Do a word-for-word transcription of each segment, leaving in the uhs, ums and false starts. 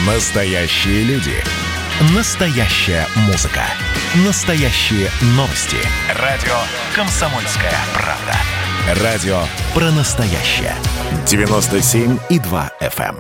Настоящие люди. Настоящая музыка. Настоящие новости. Радио «Комсомольская правда». Радио про настоящее. девяносто семь и два эф эм.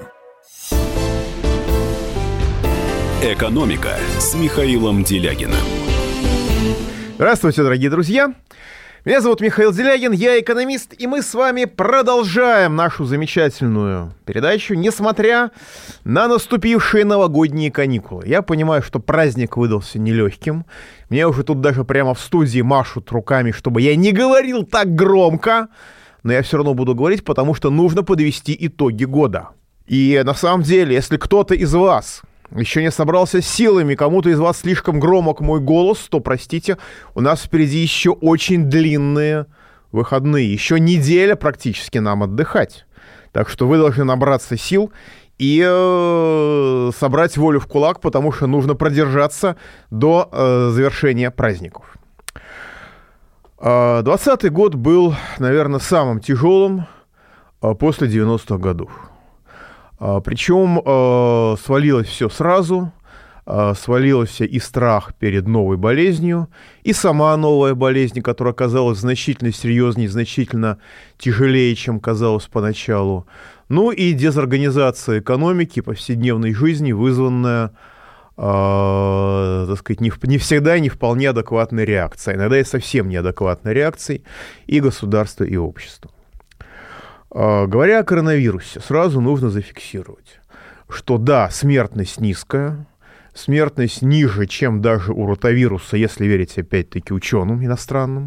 «Экономика» с Михаилом Делягиным. Здравствуйте, дорогие друзья. Меня зовут Михаил Делягин, я экономист, и мы с вами продолжаем нашу замечательную передачу, несмотря на наступившие новогодние каникулы. Я понимаю, что праздник выдался нелегким. Мне уже тут даже прямо в студии машут руками, чтобы я не говорил так громко, но я все равно буду говорить, потому что нужно подвести итоги года. И на самом деле, если кто-то из вас еще не собрался с силами, кому-то из вас слишком громок мой голос, то, простите, у нас впереди еще очень длинные выходные. Еще неделя практически нам отдыхать. Так что вы должны набраться сил и э, собрать волю в кулак, потому что нужно продержаться до э, завершения праздников. двадцатый год был, наверное, самым тяжелым э, после девяностых годов. Причем э, свалилось все сразу, э, свалился и страх перед новой болезнью, и сама новая болезнь, которая оказалась значительно серьезнее, значительно тяжелее, чем казалось поначалу. Ну и дезорганизация экономики, повседневной жизни, вызванная, э, так сказать, не, не всегда и не вполне адекватной реакцией, иногда и совсем неадекватной реакцией и государства, и общества. Говоря о коронавирусе, сразу нужно зафиксировать, что да, смертность низкая, смертность ниже, чем даже у ротавируса, если верить опять-таки ученым иностранным,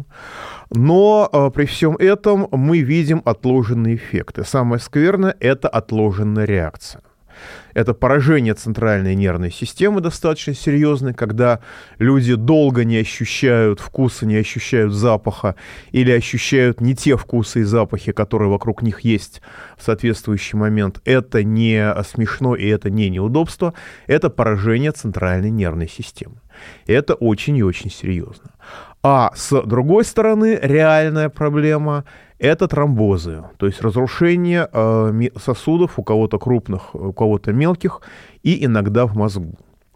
но при всем этом мы видим отложенные эффекты. Самое скверное – это отложенная реакция. Это поражение центральной нервной системы достаточно серьезное, когда люди долго не ощущают вкуса, не ощущают запаха или ощущают не те вкусы и запахи, которые вокруг них есть в соответствующий момент. Это не смешно и это не неудобство, это поражение центральной нервной системы. Это очень и очень серьезно. А с другой стороны, реальная проблема – это тромбозы, то есть разрушение э, сосудов у кого-то крупных, у кого-то мелких и иногда в мозгу.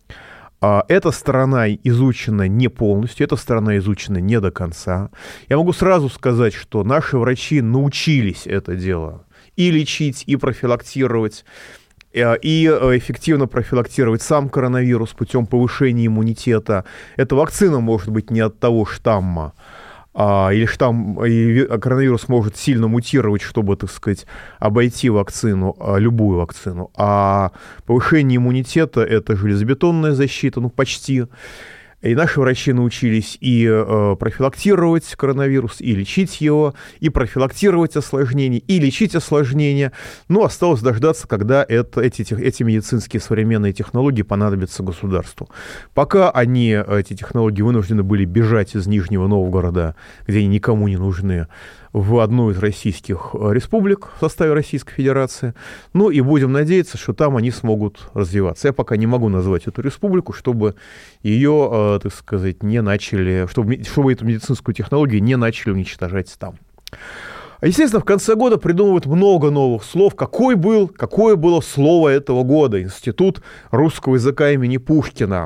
А эта сторона изучена не полностью, эта сторона изучена не до конца. Я могу сразу сказать, что наши врачи научились это дело и лечить, и профилактировать, и эффективно профилактировать сам коронавирус путем повышения иммунитета. Эта вакцина может быть не от того штамма, а, или штамм, и коронавирус может сильно мутировать, чтобы, так сказать, обойти вакцину, любую вакцину. А повышение иммунитета – это железобетонная защита, ну почти. И наши врачи научились и э, профилактировать коронавирус, и лечить его, и профилактировать осложнения, и лечить осложнения. Но осталось дождаться, когда это, эти, эти медицинские современные технологии понадобятся государству. Пока они, эти технологии, вынуждены были бежать из Нижнего Новгорода, где они никому не нужны, в одну из российских республик в составе Российской Федерации. Ну и будем надеяться, что там они смогут развиваться. Я пока не могу назвать эту республику, чтобы ее, так сказать, не начали, чтобы, чтобы эту медицинскую технологию не начали уничтожать там. Естественно, в конце года придумывают много новых слов. Какой был, какое было слово этого года? Институт русского языка имени Пушкина.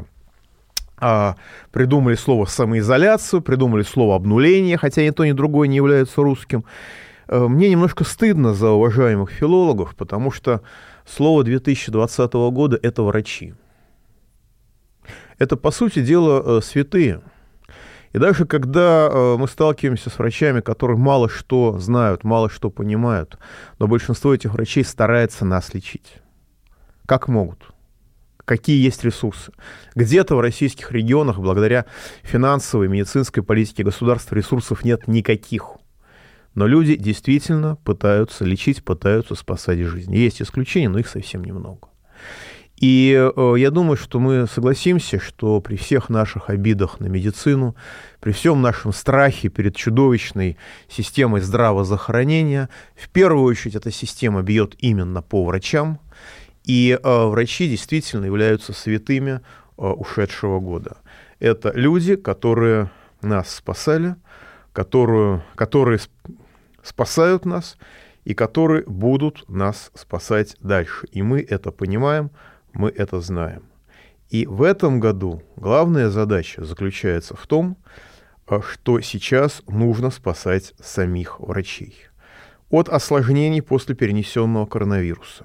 А, придумали слово «самоизоляцию», придумали слово «обнуление», хотя ни то, ни другое не является русским. Мне немножко стыдно за уважаемых филологов, потому что слово две тысячи двадцатого года – это врачи. Это, по сути дела, святые. И даже когда мы сталкиваемся с врачами, которые мало что знают, мало что понимают, но большинство этих врачей старается нас лечить. Как могут. Какие есть ресурсы. Где-то в российских регионах, благодаря финансовой, медицинской политике государства, ресурсов нет никаких. Но люди действительно пытаются лечить, пытаются спасать жизнь. Есть исключения, но их совсем немного. И э, я думаю, что мы согласимся, что при всех наших обидах на медицину, при всем нашем страхе перед чудовищной системой здравоохранения, в первую очередь эта система бьет именно по врачам. И э, врачи действительно являются святыми э, ушедшего года. Это люди, которые нас спасали, которые, которые спасают нас и которые будут нас спасать дальше. И мы это понимаем, Мы это знаем. И в этом году главная задача заключается в том, что сейчас нужно спасать самих врачей от осложнений после перенесенного коронавируса,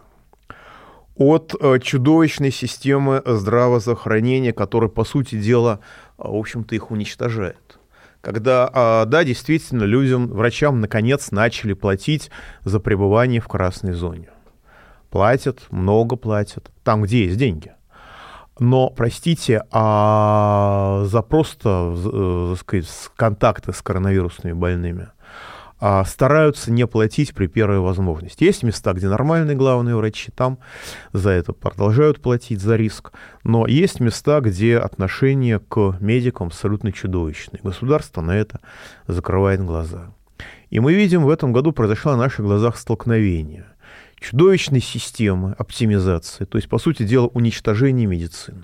от чудовищной системы здравоохранения, которая, по сути дела, в общем-то, их уничтожает. Когда, да, действительно, людям, врачам, наконец, начали платить за пребывание в красной зоне. Платят, много платят, там, где есть деньги. Но, простите, а за просто, так сказать, контакты с коронавирусными больными стараются не платить при первой возможности. Есть места, где нормальные главные врачи, там за это продолжают платить, за риск. Но есть места, где отношение к медикам абсолютно чудовищное. Государство на это закрывает глаза. И мы видим, в этом году произошло на наших глазах столкновение чудовищной системы оптимизации, то есть, по сути дела, уничтожение медицины.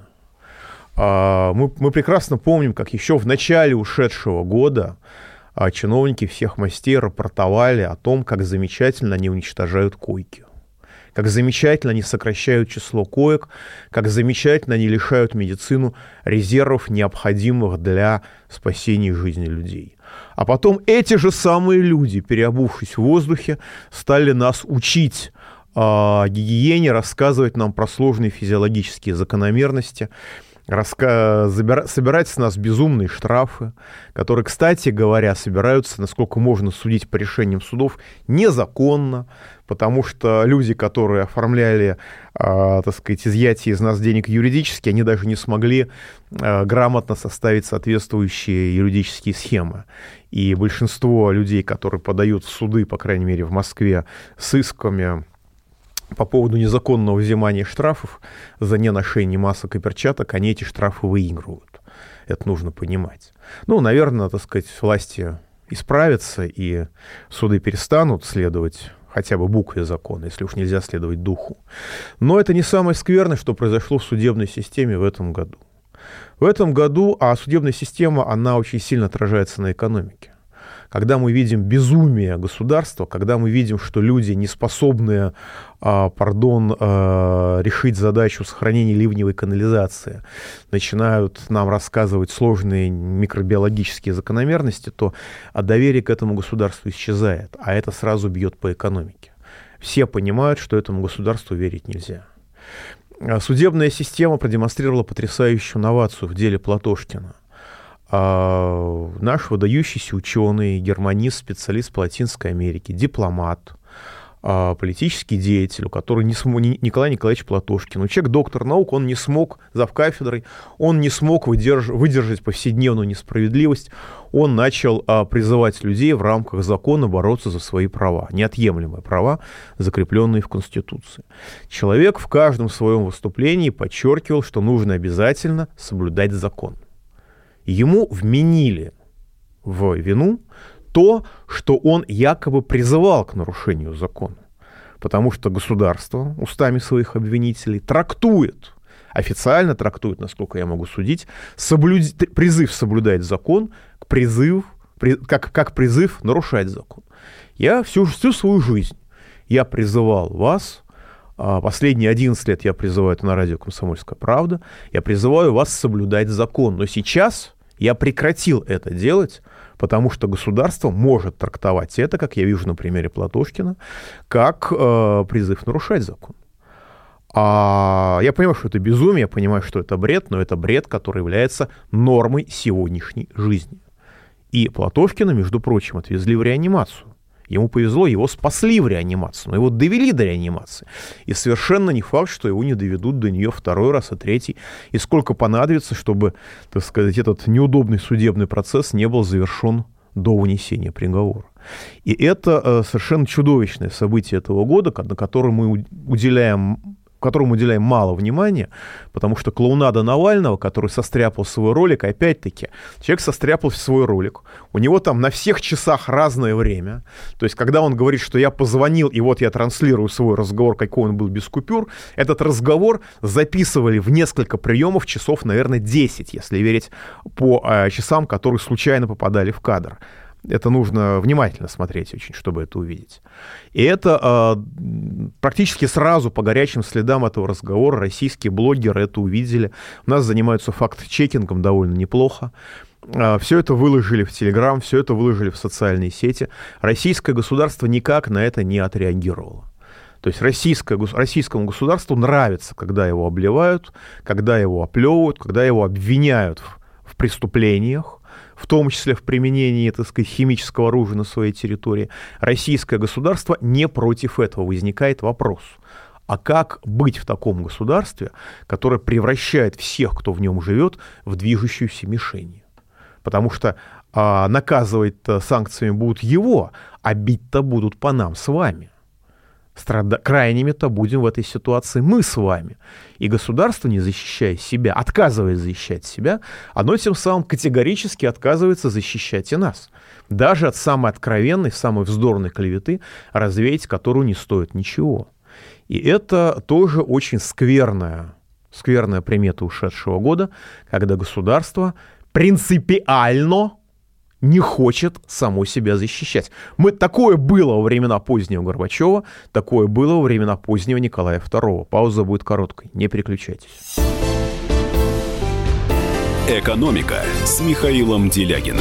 Мы, мы прекрасно помним, как еще в начале ушедшего года чиновники всех мастей рапортовали о том, как замечательно они уничтожают койки, как замечательно они сокращают число коек, как замечательно они лишают медицину резервов, необходимых для спасения жизни людей. А потом эти же самые люди, переобувшись в воздухе, стали нас учить о гигиене, рассказывать нам про сложные физиологические закономерности, раска... собирать с нас безумные штрафы, которые, кстати говоря, собираются, насколько можно судить по решениям судов, незаконно, потому что люди, которые оформляли, э, так сказать, изъятие из нас денег юридически, они даже не смогли э, грамотно составить соответствующие юридические схемы. И большинство людей, которые подают в суды, по крайней мере в Москве, с исками по поводу незаконного взимания штрафов за неношение масок и перчаток, они эти штрафы выигрывают. Это нужно понимать. Ну, наверное, так сказать, власти исправятся, и суды перестанут следовать хотя бы букве закона, если уж нельзя следовать духу. Но это не самое скверное, что произошло в судебной системе в этом году. В этом году, а судебная система, она очень сильно отражается на экономике. Когда мы видим безумие государства, когда мы видим, что люди, не способные, а, пардон, а, решить задачу сохранения ливневой канализации, начинают нам рассказывать сложные микробиологические закономерности, то доверие к этому государству исчезает, а это сразу бьет по экономике. Все понимают, что этому государству верить нельзя. Судебная система продемонстрировала потрясающую новацию в деле Платошкина. А наш выдающийся ученый, германист, специалист по Латинской Америке, дипломат, а, политический деятель, который не смог, Николай Николаевич Платошкин, ну, человек доктор наук, он не смог, завкафедрой, он не смог выдерж, выдержать повседневную несправедливость, он начал а, призывать людей в рамках закона бороться за свои права, неотъемлемые права, закрепленные в Конституции. Человек в каждом своем выступлении подчеркивал, что нужно обязательно соблюдать закон. Ему вменили в вину то, что он якобы призывал к нарушению закона. Потому что государство устами своих обвинителей трактует, официально трактует, насколько я могу судить, соблюд... призыв соблюдать закон к призыв, как, как призыв нарушать закон. Я всю, всю свою жизнь я призывал вас, последние одиннадцать лет я призываю это на радио «Комсомольская правда», я призываю вас соблюдать закон. Но сейчас я прекратил это делать, потому что государство может трактовать это, как я вижу на примере Платошкина, как э, призыв нарушать закон. А я понимаю, что это безумие, я понимаю, что это бред, но это бред, который является нормой сегодняшней жизни. И Платошкина, между прочим, отвезли в реанимацию. Ему повезло, его спасли в реанимацию, но его довели до реанимации. И совершенно не факт, что его не доведут до нее второй раз и третий. И сколько понадобится, чтобы, так сказать, этот неудобный судебный процесс не был завершен до вынесения приговора. И это э, совершенно чудовищное событие этого года, на которое мы уделяем... которому уделяем мало внимания, потому что клоунада Навального, который состряпал свой ролик, опять-таки, человек состряпал свой ролик, у него там на всех часах разное время, то есть когда он говорит, что я позвонил, и вот я транслирую свой разговор, какой он был без купюр, этот разговор записывали в несколько приемов часов, наверное, десять, если верить по э, часам, которые случайно попадали в кадр. Это нужно внимательно смотреть очень, чтобы это увидеть. И это э, практически сразу по горячим следам этого разговора российские блогеры это увидели. У нас занимаются факт-чекингом довольно неплохо. Э, все это выложили в Телеграм, все это выложили в социальные сети. Российское государство никак на это не отреагировало. То есть российское, российскому государству нравится, когда его обливают, когда его оплевывают, когда его обвиняют в, в преступлениях, в том числе в применении, так сказать, химического оружия на своей территории. Российское государство не против этого. Возникает вопрос, а как быть в таком государстве, которое превращает всех, кто в нем живет, в движущуюся мишень? Потому что а, наказывать-то санкциями будут его, а бить-то будут по нам с вами. Страда... Крайними-то будем в этой ситуации мы с вами. И государство, не защищая себя, отказываясь защищать себя, оно тем самым категорически отказывается защищать и нас. Даже от самой откровенной, самой вздорной клеветы, развеять которую не стоит ничего. И это тоже очень скверная, скверная примета ушедшего года, когда государство принципиально не хочет само себя защищать. Мы, такое было во времена позднего Горбачева, такое было во времена позднего Николая второго. Пауза будет короткой, не переключайтесь. «Экономика» с Михаилом Делягиным.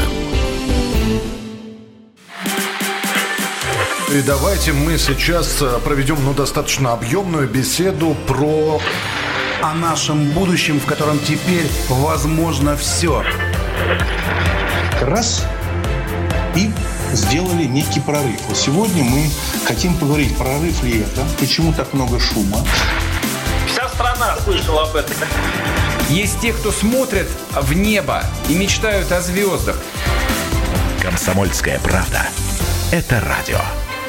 И давайте мы сейчас проведем ну, достаточно объемную беседу про... о нашем будущем, в котором теперь возможно все. Раз и сделали некий прорыв. Вот сегодня мы хотим поговорить, прорыв ли это, почему так много шума. Вся страна слышала об этом. Есть те, кто смотрят в небо и мечтают о звездах. «Комсомольская правда» — это радио.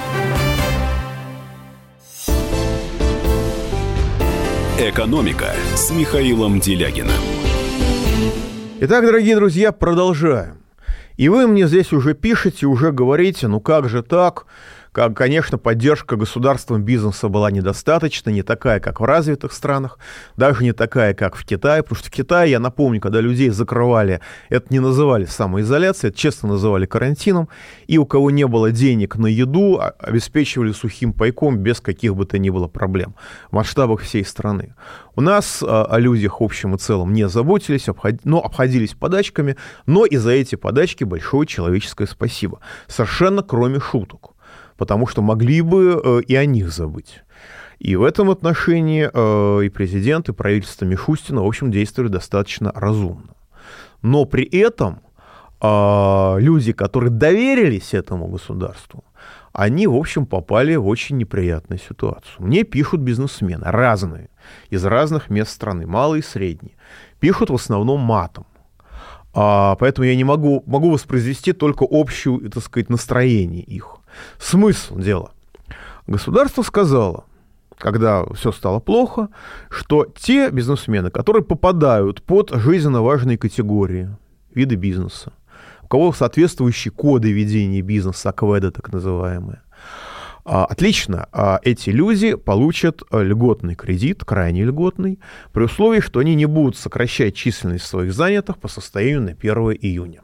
«Экономика» с Михаилом Делягиным. Итак, дорогие друзья, продолжаем. И вы мне здесь уже пишете, уже говорите, ну как же так? Как, конечно, поддержка государством бизнеса была недостаточна, не такая, как в развитых странах, даже не такая, как в Китае, потому что в Китае, я напомню, когда людей закрывали, это не называли самоизоляцией, это честно называли карантином, и у кого не было денег на еду, обеспечивали сухим пайком без каких бы то ни было проблем в масштабах всей страны. У нас а, о людях в общем и целом не заботились, обход... но обходились подачками, но и за эти подачки большое человеческое спасибо. Совершенно кроме шуток. Потому что могли бы э, и о них забыть. И в этом отношении э, и президент, и правительство Мишустина, в общем, действовали достаточно разумно. Но при этом э, люди, которые доверились этому государству, они, в общем, попали в очень неприятную ситуацию. Мне пишут бизнесмены разные, из разных мест страны, малые и средние. Пишут в основном матом. А, поэтому я не могу, могу воспроизвести только общую, так сказать, настроение их. Смысл дела. Государство сказало, когда все стало плохо, что те бизнесмены, которые попадают под жизненно важные категории, виды бизнеса, у кого соответствующие коды ведения бизнеса, АКВЭДы так называемые, отлично, эти люди получат льготный кредит, крайне льготный, при условии, что они не будут сокращать численность своих занятых по состоянию на первое июня.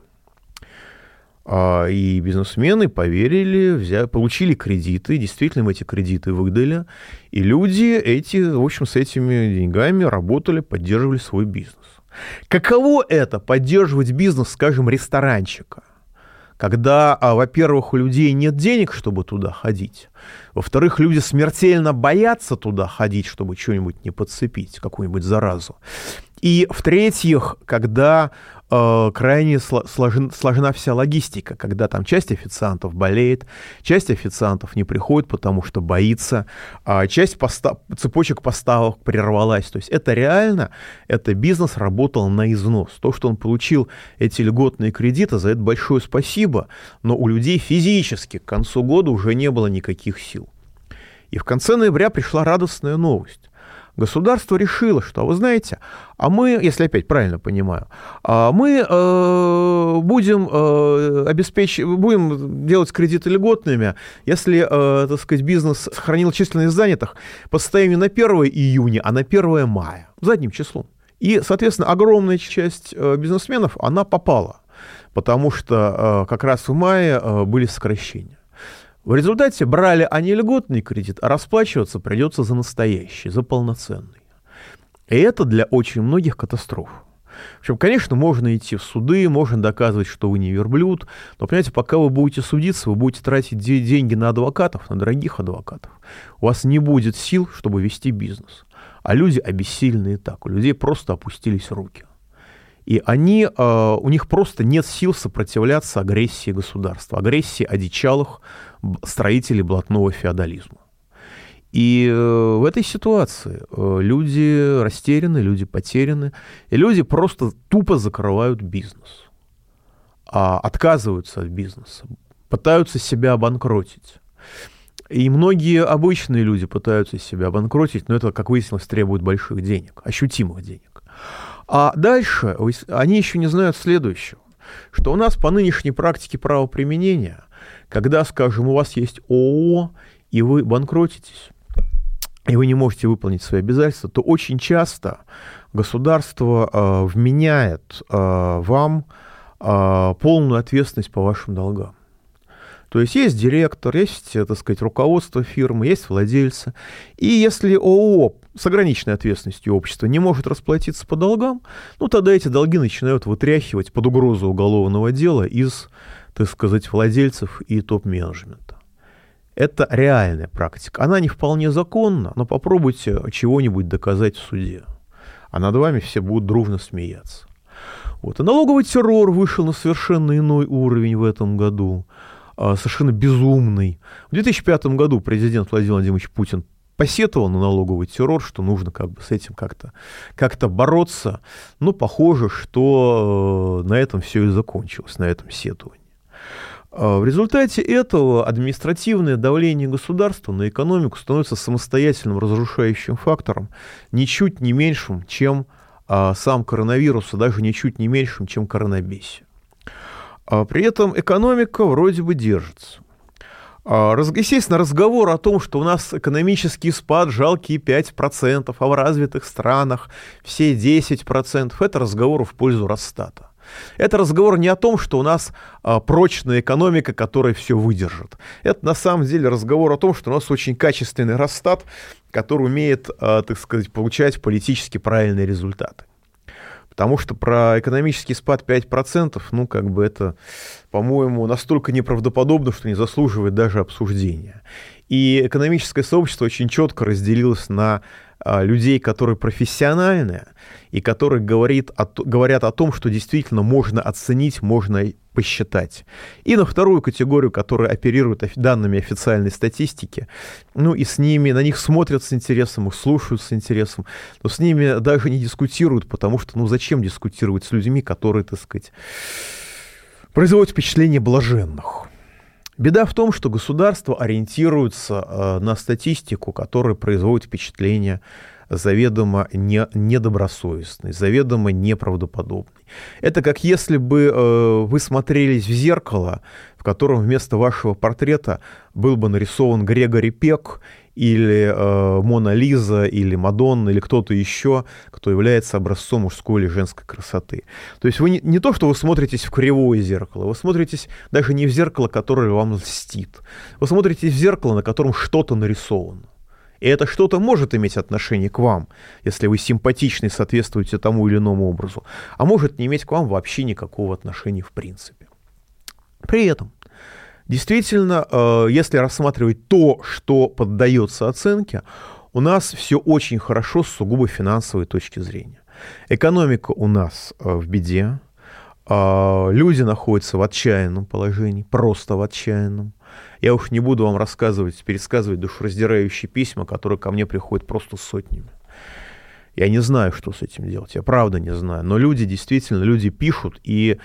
И бизнесмены поверили, взяли, получили кредиты, действительно им эти кредиты выдали, и люди эти, в общем, с этими деньгами работали, поддерживали свой бизнес. Каково это поддерживать бизнес, скажем, ресторанчика, когда, во-первых, у людей нет денег, чтобы туда ходить, во-вторых, люди смертельно боятся туда ходить, чтобы что-нибудь не подцепить, какую-нибудь заразу, и, в-третьих, когда э, крайне сложен, сложна вся логистика, когда там часть официантов болеет, часть официантов не приходит, потому что боится, а часть поста- цепочек поставок прервалась. То есть это реально, это бизнес работал на износ. То, что он получил эти льготные кредиты, за это большое спасибо, но у людей физически к концу года уже не было никаких сил. И в конце ноября пришла радостная новость. Государство решило, что, вы знаете, а мы, если опять правильно понимаю, мы э, будем, э, обеспеч... будем делать кредиты льготными, если, э, так сказать, бизнес сохранил численность занятых по состоянию на первое июня, а на первое мая, задним числом. И, соответственно, огромная часть бизнесменов, она попала. потому что как раз в мае были сокращения. В результате брали они льготный кредит, а расплачиваться придется за настоящий, за полноценный. И это для очень многих катастрофа. В общем, конечно, можно идти в суды, можно доказывать, что вы не верблюд, но, понимаете, пока вы будете судиться, вы будете тратить деньги на адвокатов, на дорогих адвокатов. У вас не будет сил, чтобы вести бизнес. А люди обессилены и так. У людей просто опустились руки. И они, э, у них просто нет сил сопротивляться агрессии государства, агрессии одичалых строителей блатного феодализма. И э, в этой ситуации э, люди растеряны, люди потеряны, и люди просто тупо закрывают бизнес, а отказываются от бизнеса, пытаются себя обанкротить. И многие обычные люди пытаются себя обанкротить, но это, как выяснилось, требует больших денег, ощутимых денег. А дальше они еще не знают следующего, что у нас по нынешней практике правоприменения, когда, скажем, у вас есть ООО, и вы банкротитесь, и вы не можете выполнить свои обязательства, то очень часто государство э, вменяет э, вам э, полную ответственность по вашим долгам. То есть есть директор, есть, так сказать, руководство фирмы, есть владельцы. И если ООО с ограниченной ответственностью общества не может расплатиться по долгам, ну тогда эти долги начинают вытряхивать под угрозу уголовного дела из, так сказать, владельцев и топ-менеджмента. Это реальная практика. Она не вполне законна, но попробуйте чего-нибудь доказать в суде. А над вами все будут дружно смеяться. Вот. И налоговый террор вышел на совершенно иной уровень в этом году. Совершенно безумный. В две тысячи пятом году президент Владимир Владимирович Путин посетовал на налоговый террор, что нужно как бы с этим как-то, как-то бороться. Но похоже, что на этом все и закончилось, на этом сетовании. В результате этого административное давление государства на экономику становится самостоятельным разрушающим фактором, ничуть не меньшим, чем а, сам коронавирус, а даже ничуть не меньшим, чем коронабесие. А при этом экономика вроде бы держится. А, раз, естественно, разговор о том, что у нас экономический спад жалкие пять процентов, а в развитых странах все десять процентов, это разговор в пользу Росстата. Это разговор не о том, что у нас а, прочная экономика, которая все выдержит. Это на самом деле разговор о том, что у нас очень качественный Росстат, который умеет, а, так сказать, получать политически правильные результаты. Потому что про экономический спад пять процентов, ну, как бы это, по-моему, настолько неправдоподобно, что не заслуживает даже обсуждения. И экономическое сообщество очень четко разделилось на а, людей, которые профессиональные, и которые говорит о, говорят о том, что действительно можно оценить, можно посчитать. И на вторую категорию, которая оперирует данными официальной статистики, ну и с ними, на них смотрят с интересом, их слушают с интересом, но с ними даже не дискутируют, потому что, ну зачем дискутировать с людьми, которые, так сказать, производят впечатление блаженных. Беда в том, что государство ориентируется э, на статистику, которая производит впечатление заведомо не, недобросовестный, заведомо неправдоподобный. Это как если бы э, вы смотрелись в зеркало, в котором вместо вашего портрета был бы нарисован Грегори Пек или э, Мона Лиза, или Мадонна, или кто-то еще, кто является образцом мужской или женской красоты. То есть вы не, не то, что вы смотритесь в кривое зеркало, вы смотритесь даже не в зеркало, которое вам льстит. Вы смотритесь в зеркало, на котором что-то нарисовано. И это что-то может иметь отношение к вам, если вы симпатичны и соответствуете тому или иному образу, а может не иметь к вам вообще никакого отношения в принципе. При этом, действительно, если рассматривать то, что поддается оценке, у нас все очень хорошо с сугубо финансовой точки зрения. Экономика у нас в беде, люди находятся в отчаянном положении, просто в отчаянном. Я уж не буду вам рассказывать, пересказывать душераздирающие письма, которые ко мне приходят просто сотнями. Я не знаю, что с этим делать, я правда не знаю. Но люди действительно, люди пишут, и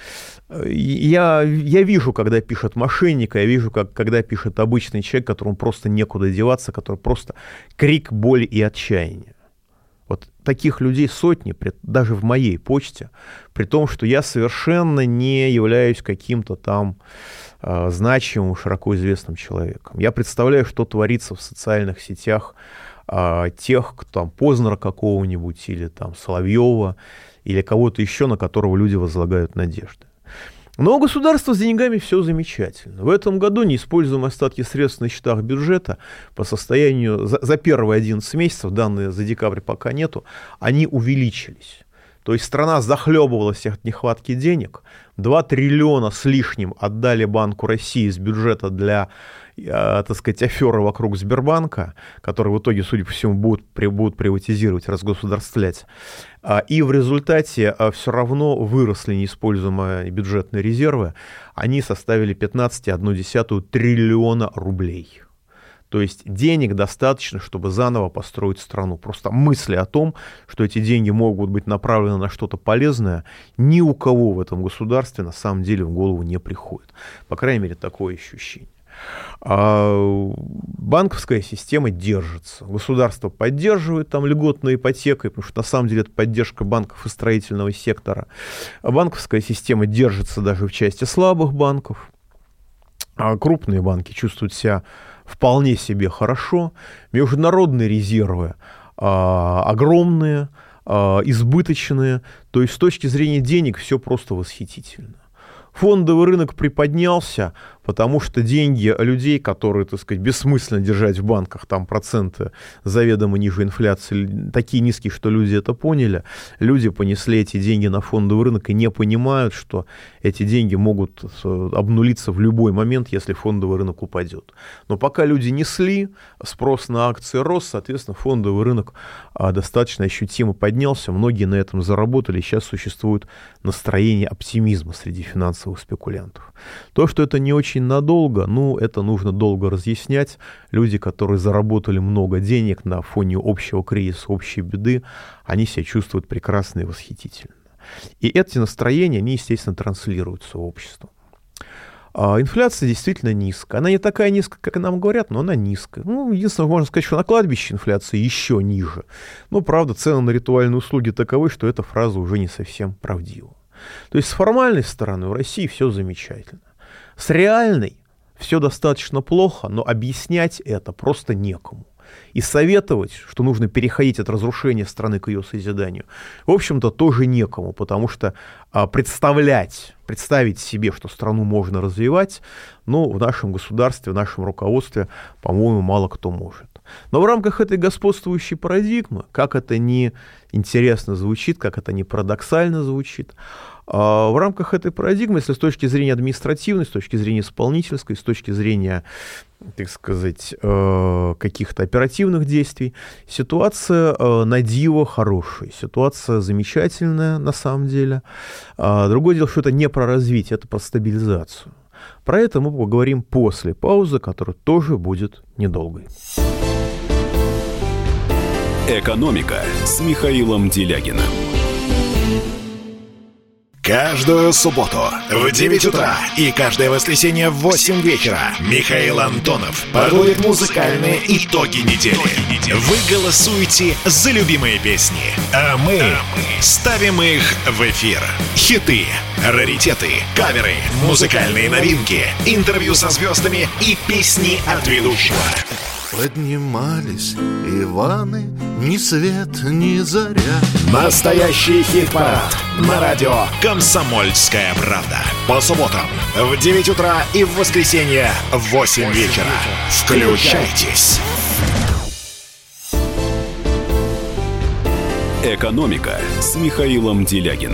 я, я вижу, когда пишет мошенник, я вижу, как, когда пишет обычный человек, которому просто некуда деваться, который просто крик боли и отчаяния. Вот таких людей сотни, даже в моей почте, при том, что я совершенно не являюсь каким-то там э, значимым, широко известным человеком. Я представляю, что творится в социальных сетях э, тех, кто там Познера какого-нибудь, или там Соловьева, или кого-то еще, на которого люди возлагают надежды. Но у государства с деньгами все замечательно. В этом году неиспользуемые остатки средств на счетах бюджета по состоянию за, за первые одиннадцать месяцев, данные за декабрь пока нету, они увеличились. То есть страна захлебывалась от нехватки денег. два триллиона с лишним отдали Банку России из бюджета для, э, так сказать, аферы вокруг Сбербанка, который в итоге, судя по всему, будут, будут приватизировать, разгосударствлять. И в результате все равно выросли неиспользуемые бюджетные резервы. Они составили пятнадцать целых одна десятая триллиона рублей. То есть денег достаточно, чтобы заново построить страну. Просто мысли о том, что эти деньги могут быть направлены на что-то полезное, ни у кого в этом государстве на самом деле в голову не приходит. По крайней мере, такое ощущение. А банковская система держится. Государство поддерживает там льготной ипотекой, потому что на самом деле это поддержка банков и строительного сектора. А банковская система держится даже в части слабых банков. А крупные банки чувствуют себя вполне себе хорошо. Международные резервы а, огромные, а, избыточные. То есть с точки зрения денег все просто восхитительно. Фондовый рынок приподнялся, потому что деньги людей, которые, так сказать, бессмысленно держать в банках, там проценты заведомо ниже инфляции, такие низкие, что люди это поняли. Люди понесли эти деньги на фондовый рынок и не понимают, что эти деньги могут обнулиться в любой момент, если фондовый рынок упадет. Но пока люди несли, спрос на акции рос, соответственно, фондовый рынок достаточно ощутимо поднялся, многие на этом заработали, сейчас существует настроение оптимизма среди финансовых спекулянтов. То, что это не очень надолго, ну, это нужно долго разъяснять. Люди, которые заработали много денег на фоне общего кризиса, общей беды, они себя чувствуют прекрасно и восхитительно. И эти настроения, они, естественно, транслируются в общество. А инфляция действительно низкая. Она не такая низкая, как нам говорят, но она низкая. Ну, единственное, можно сказать, что на кладбище инфляция еще ниже. Но, правда, цены на ритуальные услуги таковы, что эта фраза уже не совсем правдива. То есть с формальной стороны у России все замечательно. С реальной все достаточно плохо, но объяснять это просто некому. И советовать, что нужно переходить от разрушения страны к ее созиданию, в общем-то, тоже некому, потому что а, представлять, представить себе, что страну можно развивать, ну, в нашем государстве, в нашем руководстве, по-моему, мало кто может. Но в рамках этой господствующей парадигмы, как это ни интересно звучит, как это ни парадоксально звучит, в рамках этой парадигмы, если с точки зрения административной, с точки зрения исполнительской, с точки зрения, так сказать, каких-то оперативных действий, ситуация на диво хорошая, ситуация замечательная на самом деле. Другое дело, что это не про развитие, это про стабилизацию. Про это мы поговорим после паузы, которая тоже будет недолгой. «Экономика» с Михаилом Делягиным. Каждую субботу в девять утра и каждое воскресенье в восемь вечера Михаил Антонов подводит музыкальные итоги недели. Вы голосуете за любимые песни, а мы ставим их в эфир. Хиты, раритеты, каверы, музыкальные новинки, интервью со звездами и песни от ведущего. Поднимались Иваны, ни свет, ни заря. Настоящий хит-парад на радио «Комсомольская правда». По субботам в девять утра и в воскресенье в восемь вечера. Включайтесь. «Экономика» с Михаилом Делягиным.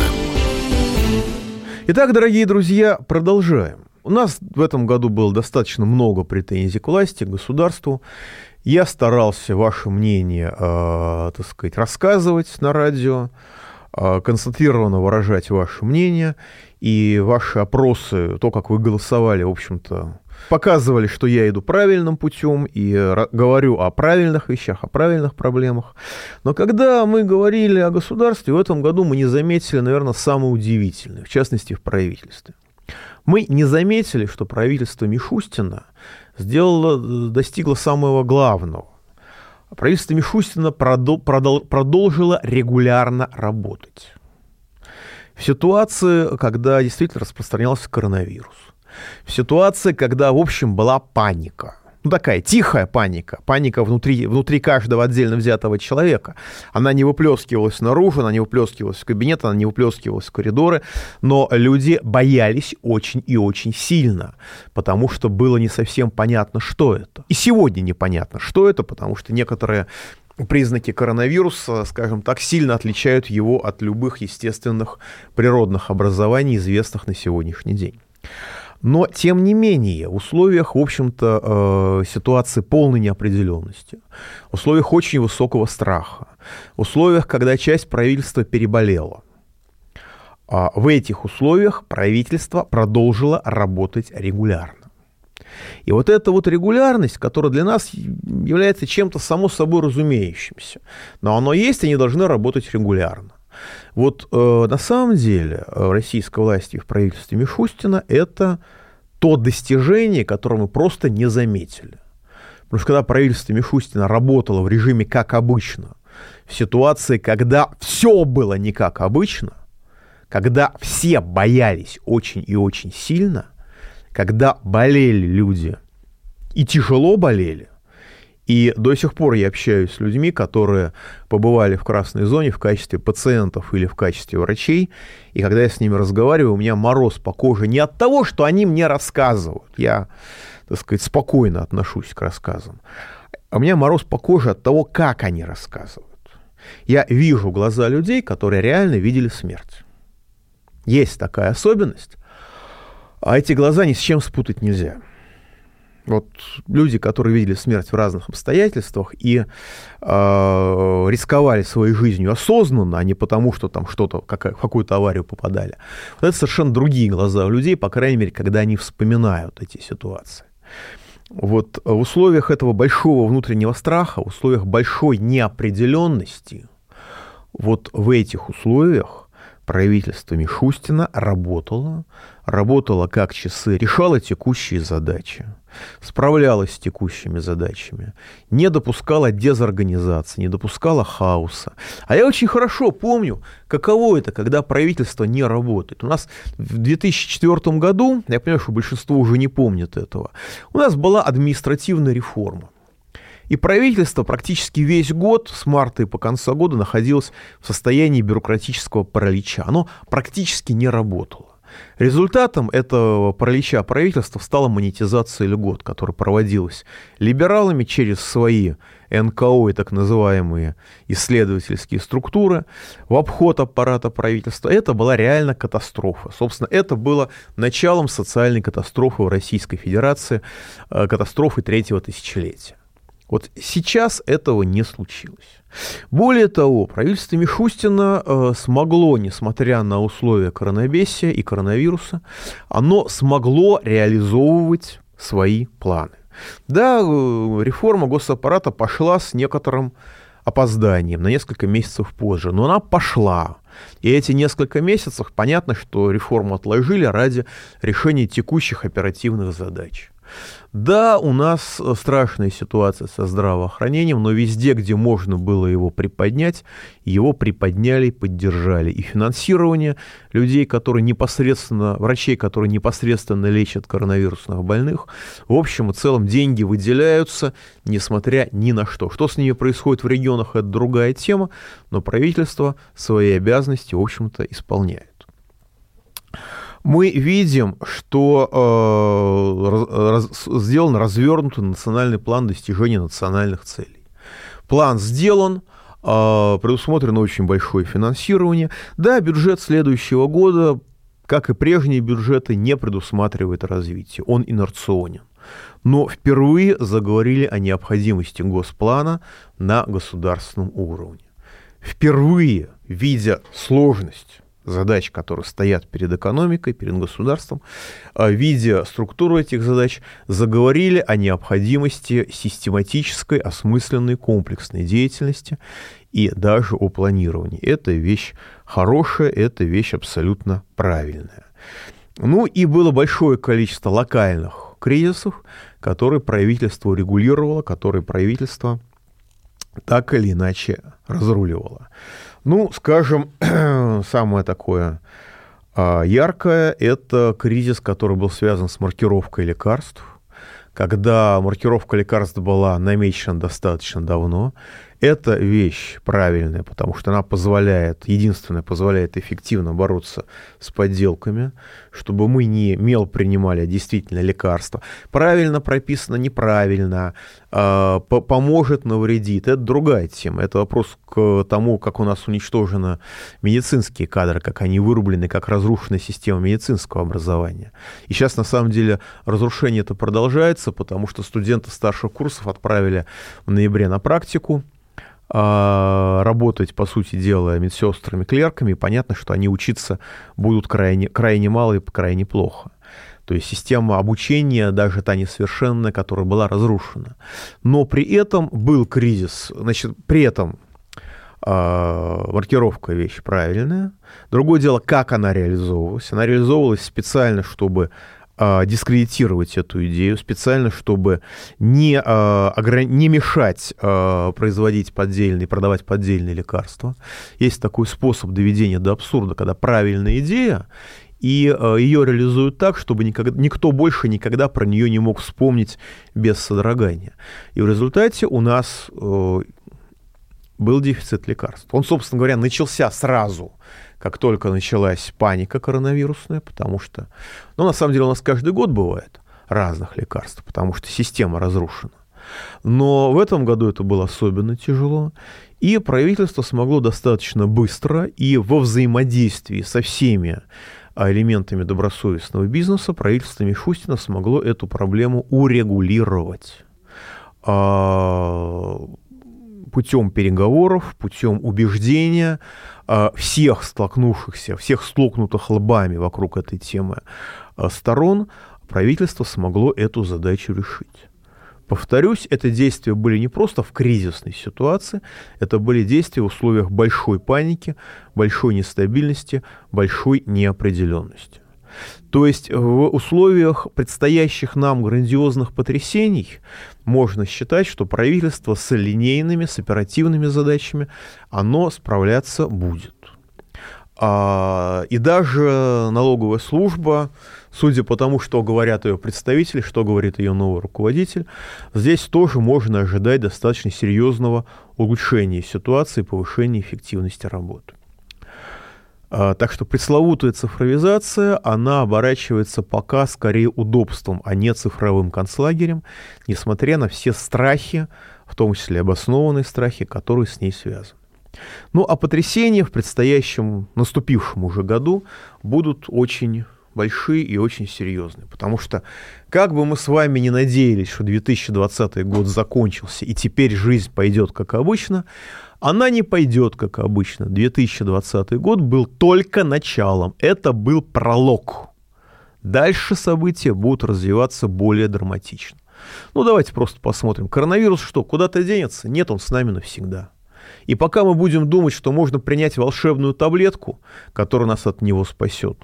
Итак, дорогие друзья, продолжаем. У нас в этом году было достаточно много претензий к власти, к государству. Я старался ваше мнение, э, так сказать, рассказывать на радио, э, концентрированно выражать ваше мнение. И ваши опросы, то, как вы голосовали, в общем-то, показывали, что я иду правильным путем и говорю о правильных вещах, о правильных проблемах. Но когда мы говорили о государстве, в этом году мы не заметили, наверное, самое удивительное, в частности, в правительстве. Мы не заметили, что правительство Мишустина сделало, достигло самого главного. Правительство Мишустина продол, продол, продолжило регулярно работать. В ситуации, когда действительно распространялся коронавирус. В ситуации, когда, в общем, была паника. ну, такая тихая паника, паника внутри, внутри каждого отдельно взятого человека. Она не выплескивалась наружу, она не выплескивалась в кабинет, она не выплескивалась в коридоры, но люди боялись очень и очень сильно, потому что было не совсем понятно, что это. И сегодня непонятно, что это, потому что некоторые признаки коронавируса, скажем так, сильно отличают его от любых естественных природных образований, известных на сегодняшний день. Но, тем не менее, в условиях, в общем-то, э, ситуации полной неопределенности, в условиях очень высокого страха, в условиях, когда часть правительства переболела, э, в этих условиях правительство продолжило работать регулярно. И вот эта вот регулярность, которая для нас является чем-то само собой разумеющимся, но оно есть, и они должны работать регулярно. Вот э, на самом деле в российской власти и в правительстве Мишустина это то достижение, которое мы просто не заметили. Потому что когда правительство Мишустина работало в режиме как обычно, в ситуации, когда все было не как обычно, когда все боялись очень и очень сильно, когда болели люди и тяжело болели, и до сих пор я общаюсь с людьми, которые побывали в красной зоне в качестве пациентов или в качестве врачей, и когда я с ними разговариваю, у меня мороз по коже не от того, что они мне рассказывают, я, так сказать, спокойно отношусь к рассказам, а у меня мороз по коже от того, как они рассказывают. Я вижу глаза людей, которые реально видели смерть. Есть такая особенность, а эти глаза ни с чем спутать нельзя. Вот люди, которые видели смерть в разных обстоятельствах и э, рисковали своей жизнью осознанно, а не потому, что там что-то, как, в какую-то аварию попадали. Вот это совершенно другие глаза у людей, по крайней мере, когда они вспоминают эти ситуации. Вот в условиях этого большого внутреннего страха, в условиях большой неопределенности, вот в этих условиях правительство Мишустина работало, работало как часы, решало текущие задачи, справлялось с текущими задачами, не допускало дезорганизации, не допускало хаоса. А я очень хорошо помню, каково это, когда правительство не работает. У нас в две тысячи четвёртом году, я понимаю, что большинство уже не помнит этого, у нас была административная реформа. И правительство практически весь год, с марта и по конца года, находилось в состоянии бюрократического паралича. Оно практически не работало. Результатом этого паралича правительства стала монетизация льгот, которая проводилась либералами через свои эн ка о и так называемые исследовательские структуры в обход аппарата правительства. Это была реально катастрофа. Собственно, это было началом социальной катастрофы в Российской Федерации, катастрофы третьего тысячелетия. Вот сейчас этого не случилось. Более того, правительство Мишустина э, смогло, несмотря на условия коронабесия и коронавируса, оно смогло реализовывать свои планы. Да, э, реформа госаппарата пошла с некоторым опозданием, на несколько месяцев позже, но она пошла. И эти несколько месяцев, понятно, что реформу отложили ради решения текущих оперативных задач. Да, у нас страшная ситуация со здравоохранением, но везде, где можно было его приподнять, его приподняли и поддержали. И финансирование людей, которые непосредственно, врачей, которые непосредственно лечат коронавирусных больных, в общем и целом деньги выделяются, несмотря ни на что. Что с ними происходит в регионах, это другая тема, но правительство свои обязанности, в общем-то, исполняет. Мы видим, что э, раз, сделан развернутый национальный план достижения национальных целей. План сделан, э, предусмотрено очень большое финансирование. Да, бюджет следующего года, как и прежние бюджеты, не предусматривает развитие, он инерционен. Но впервые заговорили о необходимости госплана на государственном уровне. Впервые, видя сложность задач, которые стоят перед экономикой, перед государством, видя структуру этих задач, заговорили о необходимости систематической, осмысленной, комплексной деятельности и даже о планировании. Это вещь хорошая, это вещь абсолютно правильная. Ну и было большое количество локальных кризисов, которые правительство регулировало, которые правительство так или иначе разруливало. Ну, скажем, самое такое яркое – это кризис, который был связан с маркировкой лекарств, когда маркировка лекарств была намечена достаточно давно. Это вещь правильная, потому что она позволяет, единственное, позволяет эффективно бороться с подделками, чтобы мы не мел принимали, а действительно лекарства. Правильно прописано, неправильно, э, поможет, навредит. Это другая тема. Это вопрос к тому, как у нас уничтожены медицинские кадры, как они вырублены, как разрушена система медицинского образования. И сейчас, на самом деле, разрушение это продолжается, потому что студенты старших курсов отправили в ноябре на практику, работать, по сути дела, медсестрами, клерками, и понятно, что они учиться будут крайне, крайне мало и крайне плохо. То есть система обучения, даже та несовершенная, которая была разрушена. Но при этом был кризис, значит, при этом э, маркировка вещь правильная. Другое дело, как она реализовывалась. Она реализовывалась специально, чтобы дискредитировать эту идею, специально, чтобы не, не мешать производить поддельные, продавать поддельные лекарства. Есть такой способ доведения до абсурда, когда правильная идея, и ее реализуют так, чтобы никогда, никто больше никогда про нее не мог вспомнить без содрогания. И в результате у нас был дефицит лекарств. Он, собственно говоря, начался сразу, как только началась паника коронавирусная, потому что, ну, на самом деле у нас каждый год бывает разных лекарств, потому что система разрушена. Но в этом году это было особенно тяжело, и правительство смогло достаточно быстро и во взаимодействии со всеми элементами добросовестного бизнеса правительство Мишустина смогло эту проблему урегулировать путем переговоров, путем убеждения всех столкнувшихся, всех столкнутых лбами вокруг этой темы сторон, правительство смогло эту задачу решить. Повторюсь, это действия были не просто в кризисной ситуации, это были действия в условиях большой паники, большой нестабильности, большой неопределенности. То есть в условиях предстоящих нам грандиозных потрясений можно считать, что правительство с линейными, с оперативными задачами, оно справляться будет. И даже налоговая служба, судя по тому, что говорят ее представители, что говорит ее новый руководитель, здесь тоже можно ожидать достаточно серьезного улучшения ситуации, повышения эффективности работы. Так что пресловутая цифровизация, она оборачивается пока скорее удобством, а не цифровым концлагерем, несмотря на все страхи, в том числе обоснованные страхи, которые с ней связаны. Ну, а потрясения в предстоящем, наступившем уже году будут очень большие и очень серьезные, потому что, как бы мы с вами ни надеялись, что две тысячи двадцатый год закончился, и теперь жизнь пойдет как обычно, она не пойдет, как обычно. две тысячи двадцатый год был только началом. Это был пролог. Дальше события будут развиваться более драматично. Ну, давайте просто посмотрим. Коронавирус что, куда-то денется? Нет, он с нами навсегда. И пока мы будем думать, что можно принять волшебную таблетку, которая нас от него спасет,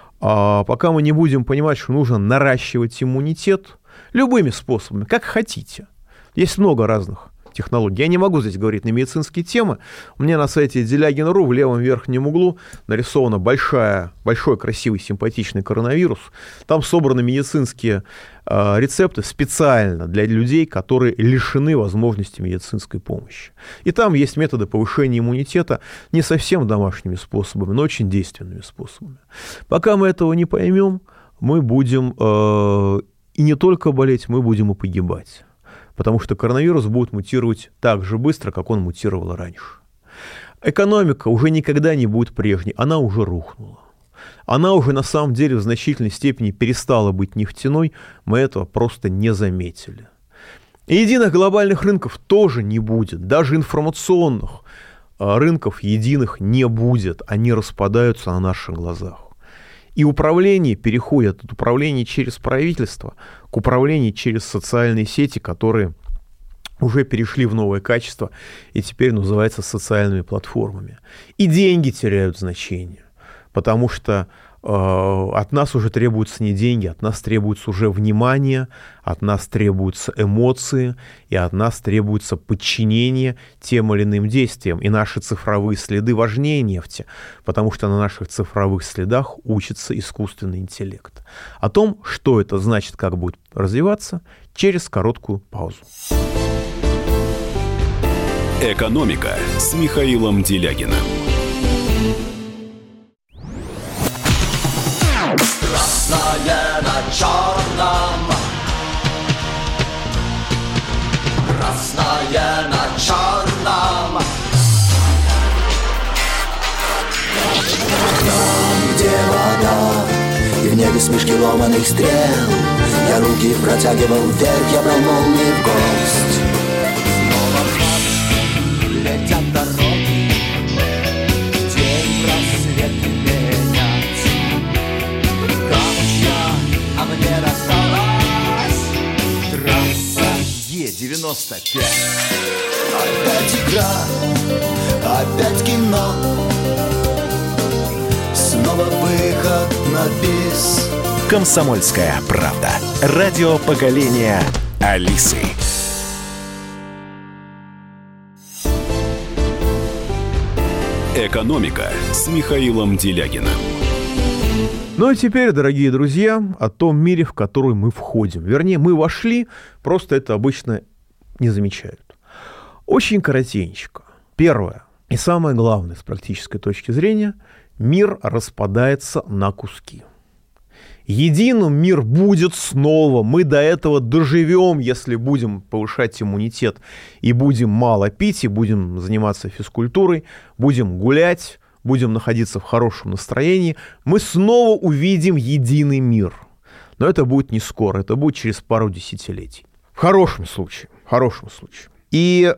а пока мы не будем понимать, что нужно наращивать иммунитет любыми способами, как хотите. Есть много разных технологий. Я не могу здесь говорить на медицинские темы. У меня на сайте Делягин точка ру в левом верхнем углу нарисована большая, большой, красивый, симпатичный коронавирус. Там собраны медицинские э, рецепты специально для людей, которые лишены возможности медицинской помощи. И там есть методы повышения иммунитета не совсем домашними способами, но очень действенными способами. Пока мы этого не поймем, мы будем э, и не только болеть, мы будем и погибать. Потому что коронавирус будет мутировать так же быстро, как он мутировал раньше. Экономика уже никогда не будет прежней, она уже рухнула. Она уже на самом деле в значительной степени перестала быть нефтяной, мы этого просто не заметили. И единых глобальных рынков тоже не будет, даже информационных рынков единых не будет, они распадаются на наших глазах. И управление переходит от управления через правительство к управлению через социальные сети, которые уже перешли в новое качество и теперь называются социальными платформами. И деньги теряют значение. потому что э, от нас уже требуются не деньги, от нас требуется уже внимание, от нас требуются эмоции, и от нас требуется подчинение тем или иным действиям. И наши цифровые следы важнее нефти, потому что на наших цифровых следах учится искусственный интеллект. О том, что это значит, как будет развиваться, через короткую паузу. «Экономика» с Михаилом Делягиным. Красное на черном, красное на черном. Там, где вода, и в небе смешки ломаных стрел, я руки протягивал вверх, я брал молнии в гость. Летят дороги, день просвет менять. Камучья, а мне досталась трасса Е девяносто пять. Опять игра, опять кино, снова выход на бис. «Комсомольская правда». Радио поколения Алисы. «Экономика» с Михаилом Делягиным. Ну и теперь, дорогие друзья, о том мире, в который мы входим. Вернее, мы вошли, просто это обычно не замечают. Очень коротенько. Первое и самое главное с практической точки зрения – мир распадается на куски. Единым мир будет снова. Мы до этого доживем, если будем повышать иммунитет и будем мало пить, и будем заниматься физкультурой, будем гулять, будем находиться в хорошем настроении. Мы снова увидим единый мир. Но это будет не скоро, это будет через пару десятилетий. В хорошем случае. В хорошем случае. И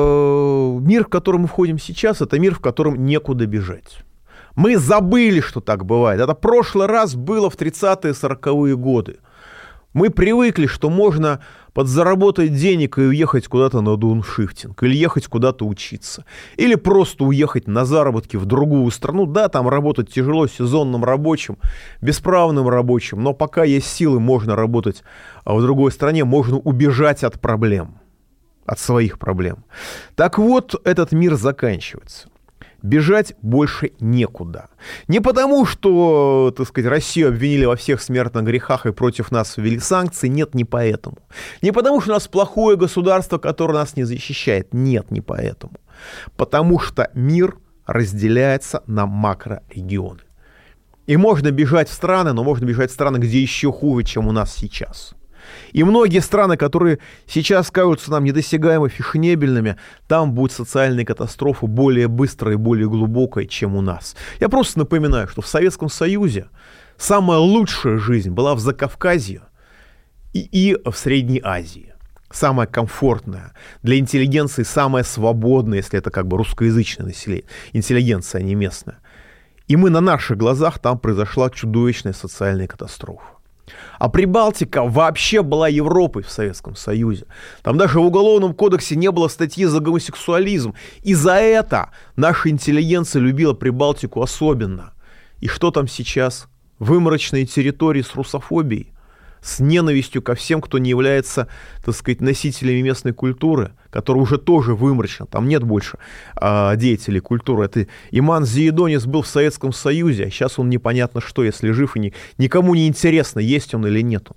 э, мир, в который мы входим сейчас, это мир, в котором некуда бежать. Мы забыли, что так бывает. Это прошлый раз было в тридцатые сороковые годы. Мы привыкли, что можно подзаработать денег и уехать куда-то на дауншифтинг, или ехать куда-то учиться, или просто уехать на заработки в другую страну. Да, там работать тяжело сезонным рабочим, бесправным рабочим, но пока есть силы, можно работать в другой стране, можно убежать от проблем, от своих проблем. Так вот, этот мир заканчивается. Бежать больше некуда. Не потому, что, так сказать, Россию обвинили во всех смертных грехах и против нас ввели санкции. Нет, не поэтому. Не потому, что у нас плохое государство, которое нас не защищает. Нет, не поэтому. Потому что мир разделяется на макрорегионы. И можно бежать в страны, но можно бежать в страны, где еще хуже, чем у нас сейчас. И многие страны, которые сейчас кажутся нам недосягаемо фешенебельными, там будет социальная катастрофа более быстрая и более глубокая, чем у нас. Я просто напоминаю, что в Советском Союзе самая лучшая жизнь была в Закавказье и, и в Средней Азии. Самая комфортная, для интеллигенции самая свободная, если это как бы русскоязычное население, интеллигенция, а не местная. И мы на наших глазах там произошла чудовищная социальная катастрофа. А Прибалтика вообще была Европой в Советском Союзе. Там даже в Уголовном кодексе не было статьи за гомосексуализм. И за это наша интеллигенция любила Прибалтику особенно. И что там сейчас? Выморочные территории с русофобией, с ненавистью ко всем, кто не является, так сказать, носителями местной культуры, которая уже тоже выморочна. Там нет больше а, деятелей культуры. Это Иман Зиедонис был в Советском Союзе, а сейчас он непонятно что, если жив, и ни, никому не интересно, есть он или нет он.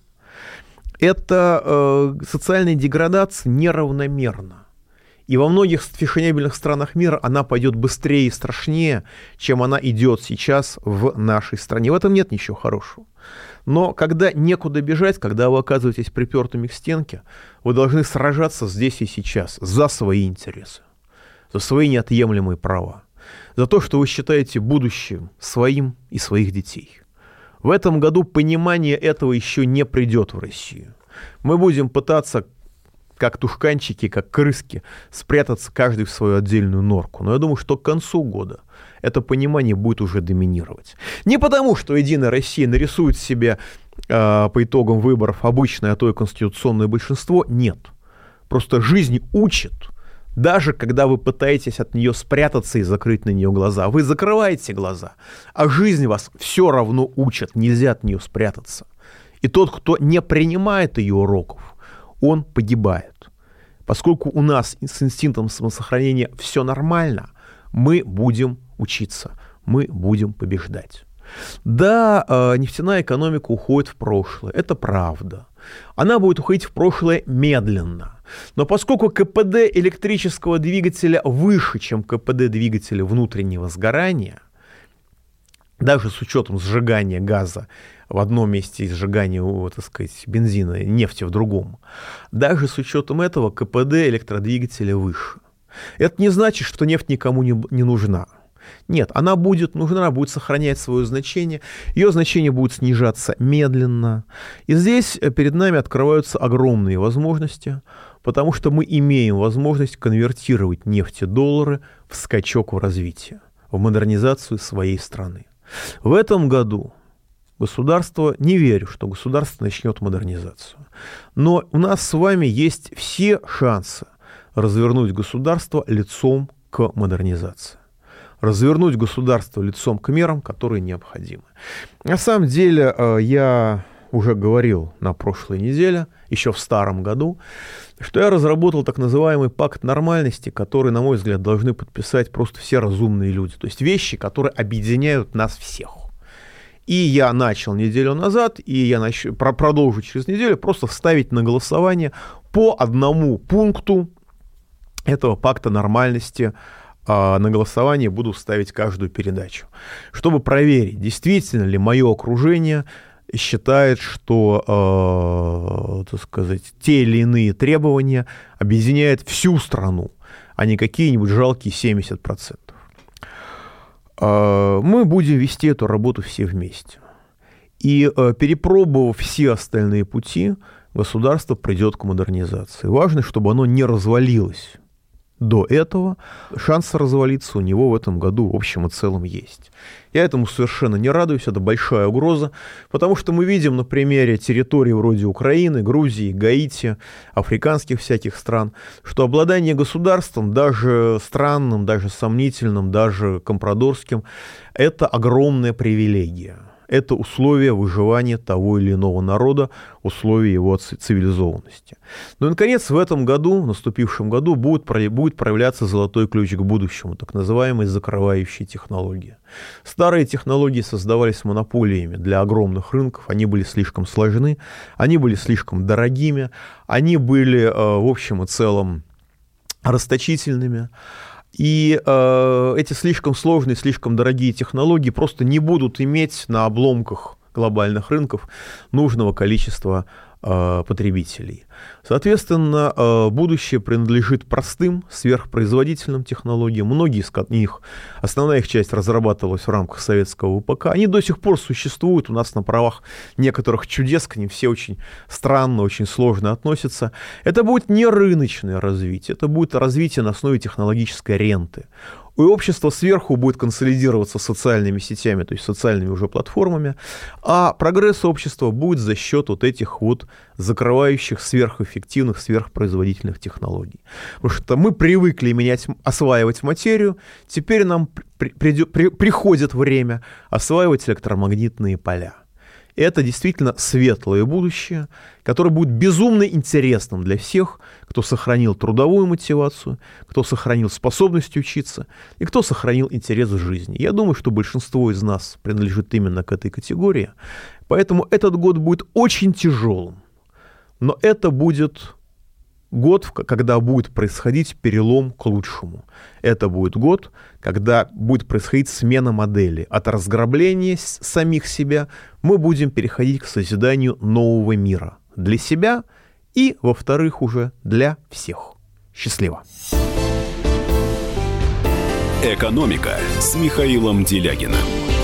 Это э, социальная деградация неравномерна. И во многих фешенебельных странах мира она пойдет быстрее и страшнее, чем она идет сейчас в нашей стране. В этом нет ничего хорошего. Но когда некуда бежать, когда вы оказываетесь припертыми к стенке, вы должны сражаться здесь и сейчас за свои интересы, за свои неотъемлемые права, за то, что вы считаете будущим своим и своих детей. В этом году понимание этого еще не придет в Россию. Мы будем пытаться, как тушканчики, как крыски, спрятаться каждый в свою отдельную норку. Но я думаю, что к концу года это понимание будет уже доминировать. Не потому, что Единая Россия нарисует себе э, по итогам выборов обычное, а то и конституционное большинство. Нет. Просто жизнь учит Даже когда вы пытаетесь от нее спрятаться и закрыть на нее глаза, вы закрываете глаза, а жизнь вас все равно учит, нельзя от нее спрятаться. И тот, кто не принимает ее уроков, он погибает. Поскольку у нас с инстинктом самосохранения все нормально, мы будем учиться, мы будем побеждать. Да, нефтяная экономика уходит в прошлое, это правда. Она будет уходить в прошлое медленно. Но поскольку КПД электрического двигателя выше, чем КПД двигателя внутреннего сгорания, даже с учетом сжигания газа в одном месте и сжигания, так сказать, бензина, нефти в другом, даже с учетом этого КПД электродвигателя выше. Это не значит, что нефть никому не, не нужна. Нет, она будет нужна, она будет сохранять свое значение, ее значение будет снижаться медленно. И здесь перед нами открываются огромные возможности, потому что мы имеем возможность конвертировать нефтедоллары в скачок в развитие, в модернизацию своей страны. В этом году государство, не верю, что государство начнет модернизацию, но у нас с вами есть все шансы развернуть государство лицом к модернизации. Развернуть государство лицом к мерам, которые необходимы. На самом деле, я уже говорил на прошлой неделе, еще в старом году, что я разработал так называемый пакт нормальности, который, на мой взгляд, должны подписать просто все разумные люди. То есть вещи, которые объединяют нас всех. И я начал неделю назад, и я нач... продолжу через неделю, просто вставить на голосование по одному пункту этого пакта нормальности. На голосование буду ставить каждую передачу, чтобы проверить, действительно ли мое окружение считает, что, э, так сказать, те или иные требования объединяют всю страну, а не какие-нибудь жалкие семьдесят процентов. Э, мы будем вести эту работу все вместе. И э, перепробовав все остальные пути, государство придет к модернизации. Важно, чтобы оно не развалилось. До этого шанс развалиться у него в этом году в общем и целом есть. Я этому совершенно не радуюсь, это большая угроза, потому что мы видим на примере территорий вроде Украины, Грузии, Гаити, африканских всяких стран, что обладание государством, даже странным, даже сомнительным, даже компрадорским, это огромная привилегия. Это условия выживания того или иного народа, условия его цивилизованности. Ну и, наконец, в этом году, в наступившем году, будет, будет проявляться золотой ключ к будущему, так называемые закрывающие технологии. Старые технологии создавались монополиями для огромных рынков, они были слишком сложны, они были слишком дорогими, они были, в общем и целом, расточительными. И э, эти слишком сложные, слишком дорогие технологии просто не будут иметь на обломках глобальных рынков нужного количества э, потребителей. Соответственно, э, будущее принадлежит простым, сверхпроизводительным технологиям. Многие из них, основная их часть разрабатывалась в рамках советского ВПК. Они до сих пор существуют у нас на правах некоторых чудес, к ним все очень странно, очень сложно относятся. Это будет не рыночное развитие, это будет развитие на основе технологической ренты. И общество сверху будет консолидироваться социальными сетями, то есть социальными уже платформами, а прогресс общества будет за счет вот этих вот закрывающих сверхэффективных, сверхпроизводительных технологий. Потому что мы привыкли менять, осваивать материю, теперь нам при, при, при, приходит время осваивать электромагнитные поля. И это действительно светлое будущее, которое будет безумно интересным для всех, кто сохранил трудовую мотивацию, кто сохранил способность учиться и кто сохранил интерес в жизни. Я думаю, что большинство из нас принадлежит именно к этой категории, поэтому этот год будет очень тяжелым, но это будет год, когда будет происходить перелом к лучшему. Это будет год, когда будет происходить смена модели. От разграбления самих себя мы будем переходить к созиданию нового мира. Для себя и, во-вторых, уже для всех. Счастливо! «Экономика» с Михаилом Делягиным.